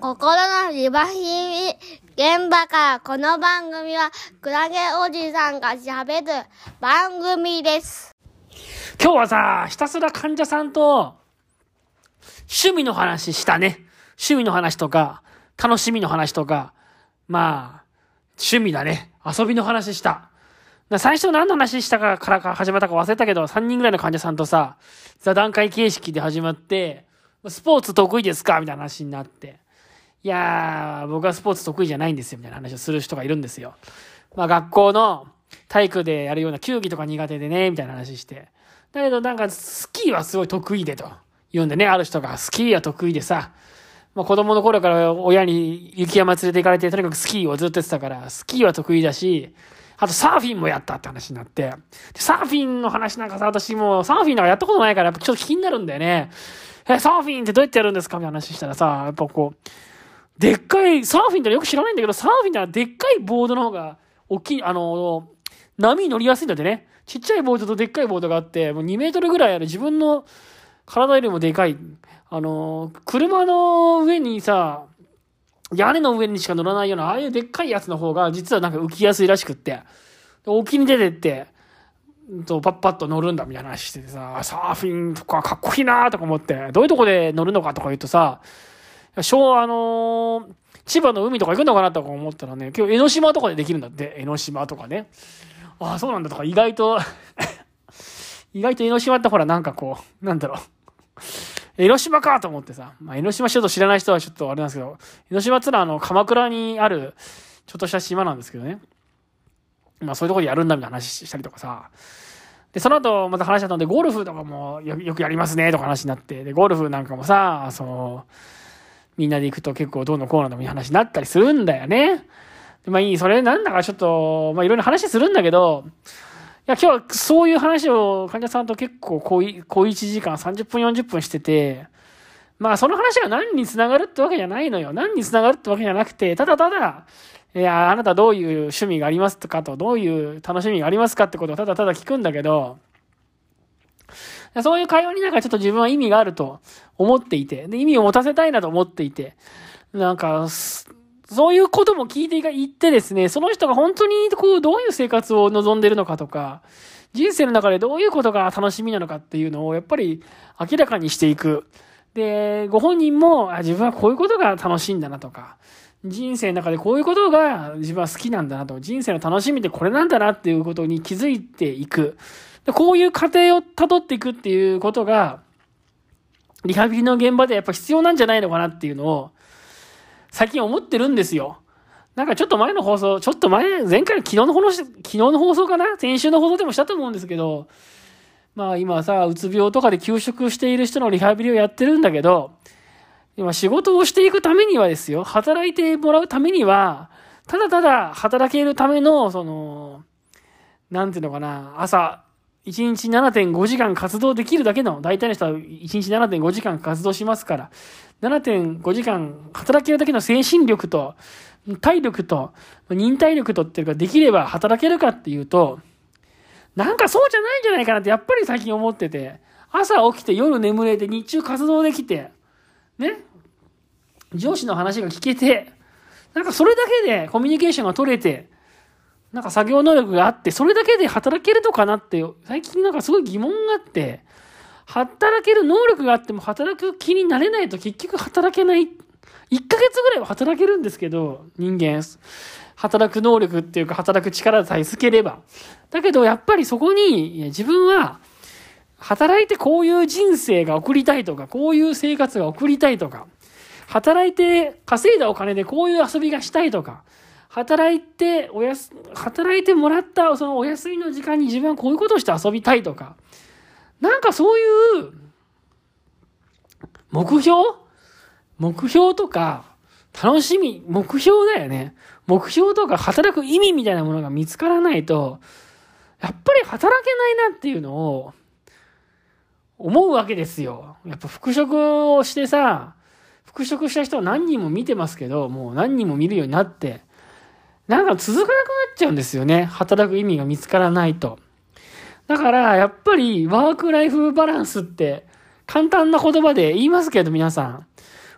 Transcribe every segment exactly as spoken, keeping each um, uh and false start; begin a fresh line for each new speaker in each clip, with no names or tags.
心のリバヒミ現場からこの番組はクラゲおじさんが喋る番組です。
今日はさ、ひたすら患者さんと趣味の話したね。趣味の話とか、楽しみの話とか、まあ、趣味だね。遊びの話した。最初何の話したかからか始まったか忘れたけど、さんにんぐらいの患者さんとさ、座談会形式で始まって、スポーツ得意ですかみたいな話になって。いやー、僕はスポーツ得意じゃないんですよ、みたいな話をする人がいるんですよ。まあ学校の体育でやるような球技とか苦手でね、みたいな話して。だけどなんかスキーはすごい得意でと言うんでね、ある人がスキーは得意でさ、まあ子供の頃から親に雪山連れて行かれて、とにかくスキーをずっとやってたから、スキーは得意だし、あとサーフィンもやったって話になって、でサーフィンの話なんかさ、私もうサーフィンなんかやったことないから、やっぱちょっと気になるんだよね。え、サーフィンってどうやってやるんですかみたいな話したらさ、やっぱこう、でっかい、サーフィンってよく知らないんだけど、サーフィンってのはでっかいボードの方が大きい、あの、波に乗りやすいんだってね。ちっちゃいボードとでっかいボードがあって、もうにメートルぐらいある自分の体よりもでかい、あの、車の上にさ、屋根の上にしか乗らないような、ああいうでっかいやつの方が実はなんか浮きやすいらしくって、沖に出てって、とパッパッと乗るんだみたいな話しててさ、サーフィンとかかっこいいなとか思って、どういうとこで乗るのかとか言うとさ、昭和、あのー、千葉の海とか行くのかなとか思ったらね、今日江ノ島とかでできるんだって、江ノ島とかね。ああ、そうなんだとか、意外と、意外と江ノ島ってほらなんかこう、なんだろう。江ノ島かと思ってさ、まあ江ノ島ちょっと知らない人はちょっとあれなんですけど、江ノ島ってのはあの、鎌倉にある、ちょっとした島なんですけどね。まあそういうところでやるんだみたいな話したりとかさ。で、その後また話しちゃったんで、ゴルフとかもよ, よくやりますねとか話になって、で、ゴルフなんかもさ、その、みんなで行くと結構どうのこうのでもいい話になったりするんだよね。でまあいい、それなんだかちょっと、まあいろいろ話するんだけど、いや今日はそういう話を患者さんと結構小い、小いちじかんさんじゅっぷんよんじゅっぷんしてて、まあその話が何につながるってわけじゃないのよ。何につながるってわけじゃなくて、ただただ、いや、あなたどういう趣味がありますかと、どういう楽しみがありますかってことをただただ聞くんだけど、そういう会話になんかちょっと自分は意味があると思っていて、で、意味を持たせたいなと思っていて、なんか、そういうことも聞いていってですね、その人が本当にこう、どういう生活を望んでいるのかとか、人生の中でどういうことが楽しみなのかっていうのをやっぱり明らかにしていく。で、ご本人も、あ、自分はこういうことが楽しいんだなとか、人生の中でこういうことが自分は好きなんだなと、人生の楽しみってこれなんだなっていうことに気づいていく。でこういう過程を辿っていくっていうことが、リハビリの現場でやっぱ必要なんじゃないのかなっていうのを、最近思ってるんですよ。なんかちょっと前の放送、ちょっと前、前回の昨日の放送、昨日の放送かな先週の放送でもしたと思うんですけど、まあ今さ、うつ病とかで休職している人のリハビリをやってるんだけど、今仕事をしていくためにはですよ、働いてもらうためには、ただただ働けるための、その、なんていうのかな、朝、いちにち ななてんご 時間活動できるだけの、大体の人はいちにち ななてんご 時間活動しますから、ななてんご 時間働けるだけの精神力と、体力と、忍耐力とっていうかできれば働けるかっていうと、なんかそうじゃないんじゃないかなってやっぱり最近思ってて、朝起きて夜眠れて日中活動できて、ね、上司の話が聞けて、なんかそれだけでコミュニケーションが取れて、なんか作業能力があって、それだけで働けるのかなって、最近なんかすごい疑問があって、働ける能力があっても働く気になれないと結局働けない。いっかげつぐらいは働けるんですけど、人間。働く能力っていうか働く力さえつければ。だけどやっぱりそこに、いや自分は、働いてこういう人生が送りたいとか、こういう生活が送りたいとか、働いて稼いだお金でこういう遊びがしたいとか、働いて、おやす、働いてもらったそのお休みの時間に自分はこういうことをして遊びたいとか、なんかそういう目標目標とか、楽しみ、目標だよね。目標とか働く意味みたいなものが見つからないと、やっぱり働けないなっていうのを思うわけですよ。やっぱ復職をしてさ、復職した人は何人も見てますけど、もう何人も見るようになって、なんか続かなくなっちゃうんですよね。働く意味が見つからないと。だから、やっぱりワークライフバランスって簡単な言葉で言いますけど皆さん。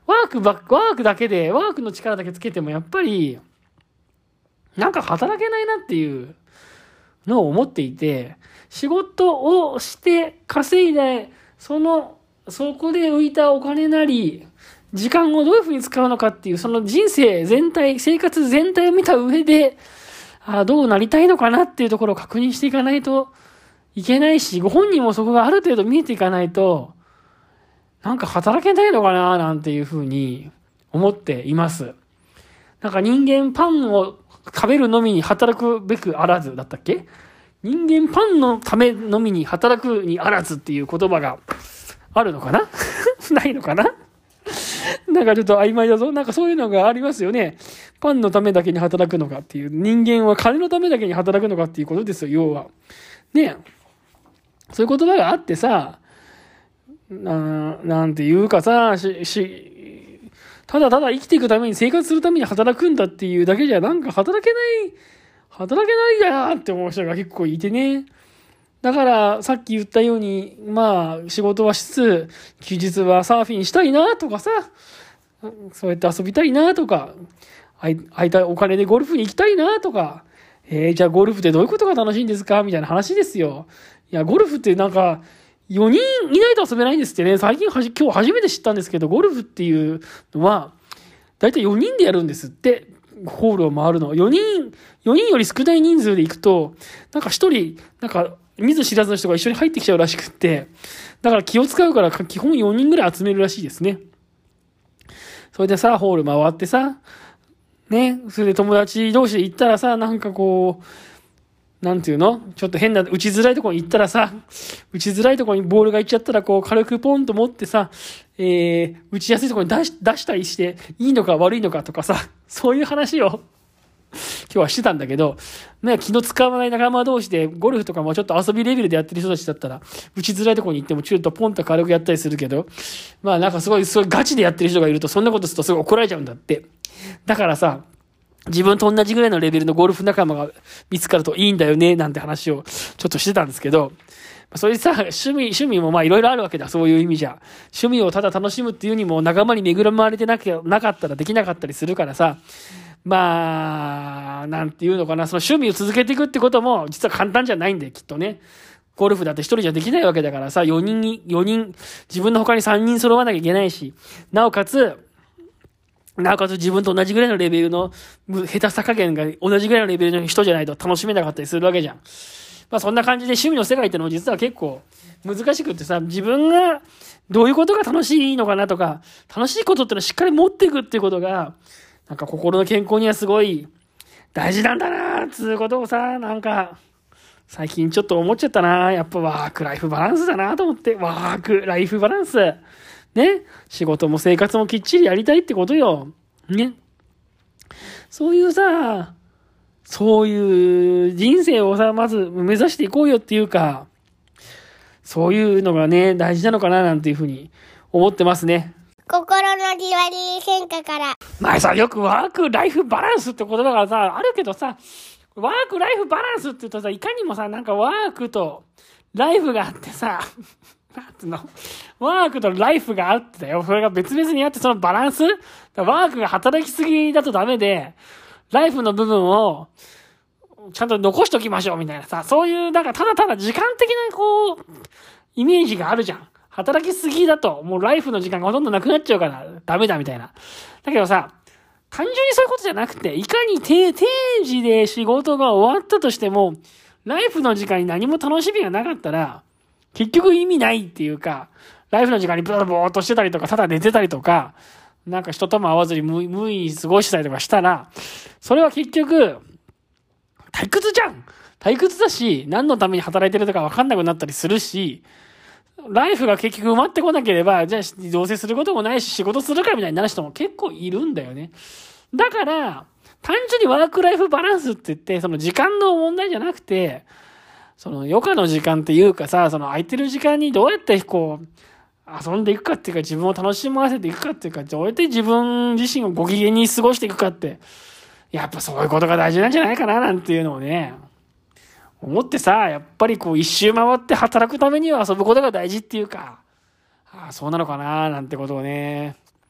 ワークば、ワークだけで、ワークの力だけつけてもやっぱり、なんか働けないなっていうのを思っていて、仕事をして稼いで、その、そこで浮いたお金なり、時間をどういうふうに使うのかっていう、その人生全体、生活全体を見た上で、あどうなりたいのかなっていうところを確認していかないといけないし、ご本人もそこがある程度見えていかないと、なんか働けないのかななんていうふうに思っています。なんか人間パンを食べるのみに働くべくあらずだったっけ？人間パンのためのみに働くにあらずっていう言葉があるのかなないのかななんかちょっと曖昧だぞ。なんかそういうのがありますよね。パンのためだけに働くのかっていう。人間は金のためだけに働くのかっていうことですよ、要は。ねそういう言葉があってさ、ななんていうかさ、し、し、ただただ生きていくために生活するために働くんだっていうだけじゃなんか働けない、働けないやなって思う人が結構いてね。だからさっき言ったように、まあ仕事はしつつ、休日はサーフィンしたいなとかさ、そうやって遊びたいなとか、空いたお金でゴルフに行きたいなとか、えー、じゃあゴルフってどういうことが楽しいんですかみたいな話ですよ。いや、ゴルフってなんか、よにんいないと遊べないんですってね。最近はじ、今日初めて知ったんですけど、ゴルフっていうのは、だいたいよにんでやるんですって。ホールを回るの。よにん、よにんより少ない人数で行くと、なんかひとり、なんか、見ず知らずの人が一緒に入ってきちゃうらしくって、だから気を使うから基本よにんぐらい集めるらしいですね。それでさ、ホール回ってさ、ね、それで友達同士で行ったらさ、なんかこう、なんていうのちょっと変な、打ちづらいところに行ったらさ、打ちづらいところにボールが行っちゃったら、こう、軽くポンと持ってさ、えー、打ちやすいところに出し、出したりして、いいのか悪いのかとかさ、そういう話を、今日はしてたんだけど、ね、気の使わない仲間同士で、ゴルフとかもちょっと遊びレベルでやってる人たちだったら、打ちづらいところに行っても、ちょっとポンと軽くやったりするけど、まあなんかすごい、すごいガチでやってる人がいると、そんなことするとすごい怒られちゃうんだって。だからさ、自分と同じぐらいのレベルのゴルフ仲間が見つかるといいんだよね、なんて話をちょっとしてたんですけど、それさ、趣味、趣味もまあいろいろあるわけだ、そういう意味じゃ。趣味をただ楽しむっていうにも仲間に巡らまれてなきゃ、なかったらできなかったりするからさ、まあ、なんていうのかな、その趣味を続けていくってことも実は簡単じゃないんだよ、きっとね。ゴルフだって一人じゃできないわけだからさ、よにんに、よにん、自分の他にさんにん揃わなきゃいけないし、なおかつ、なおかつ自分と同じぐらいのレベルの下手さ加減が同じぐらいのレベルの人じゃないと楽しめなかったりするわけじゃん。まあそんな感じで趣味の世界ってのも実は結構難しくってさ、自分がどういうことが楽しいのかなとか、楽しいことってのをしっかり持っていくっていうことが、なんか心の健康にはすごい大事なんだなーつうことをさ、なんか最近ちょっと思っちゃったな。やっぱワークライフバランスだなと思って、ワークライフバランス。ね。仕事も生活もきっちりやりたいってことよ。ね。そういうさ、そういう人生をさ、まず目指していこうよっていうか、そういうのがね、大事なのかななんていうふうに思ってますね。
心のじわり変化から。
まあさ、よくワークライフバランスって言葉がさ、あるけどさ、ワークライフバランスって言うとさ、いかにもさ、なんかワークとライフがあってさ、なんつうのワークとライフがあってだよ。それが別々にあって、そのバランスワークが働きすぎだとダメで、ライフの部分をちゃんと残しときましょうみたいなさ、そういう、なんかただただ時間的なこう、イメージがあるじゃん。働きすぎだと、もうライフの時間がほとんどなくなっちゃうからダメだみたいな。だけどさ、単純にそういうことじゃなくて、いかに定、定時で仕事が終わったとしても、ライフの時間に何も楽しみがなかったら、結局意味ないっていうか、ライフの時間にブーボーっとしてたりとか、ただ寝てたりとか、なんか人とも会わずに無、無意に過ごしたりとかしたら、それは結局、退屈じゃん退屈だし、何のために働いてるとか分かんなくなったりするし、ライフが結局埋まってこなければ、じゃあどうせすることもないし仕事するかみたいになる人も結構いるんだよね。だから、単純にワークライフバランスって言って、その時間の問題じゃなくて、その余暇の時間っていうかさ、その空いてる時間にどうやってこう、遊んでいくかっていうか、自分を楽しませていくかっていうか、どうやって自分自身をご機嫌に過ごしていくかって、やっぱそういうことが大事なんじゃないかななんていうのをね、思ってさ、やっぱりこう一周回って働くためには遊ぶことが大事っていうか、ああそうなのかななんてことをね、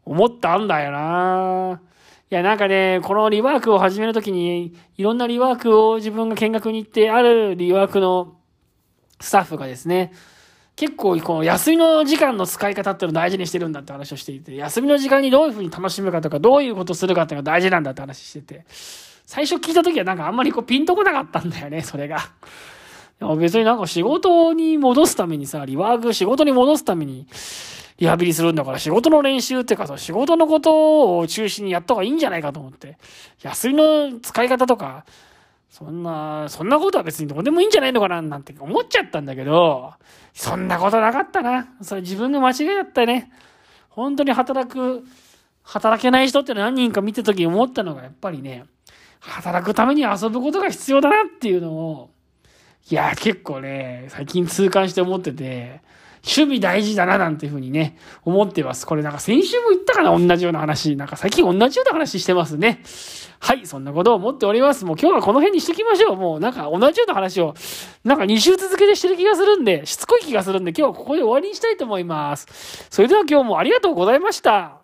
思ったんだよな。いや、なんかね、このリワークを始めるときに、いろんなリワークを自分が見学に行って、あるリワークのスタッフがですね、結構この休みの時間の使い方っていうのを大事にしてるんだって話をしていて、休みの時間にどういうふうに楽しむかとか、どういうことをするかっていうのが大事なんだって話してて、最初聞いたときはなんかあんまりこうピンとこなかったんだよね、それが。でも別になんか仕事に戻すためにさ、リワーク仕事に戻すために、リハビリするんだから仕事の練習っていうかさ、仕事のことを中心にやった方がいいんじゃないかと思って。休みの使い方とか、そんな、そんなことは別にどうでもいいんじゃないのかななんて思っちゃったんだけど、そんなことなかったな。それ自分の間違いだったね。本当に働く、働けない人って何人か見たときに思ったのがやっぱりね、働くために遊ぶことが必要だなっていうのを、いや、結構ね、最近痛感して思ってて、趣味大事だななんていうふうにね、思ってます。これなんか先週も言ったかな、同じような話。なんか最近同じような話してますね。はい、そんなことを思っております。もう今日はこの辺にしときましょう。もうなんか同じような話を、なんかに週続けてしてる気がするんで、しつこい気がするんで、今日はここで終わりにしたいと思います。それでは今日もありがとうございました。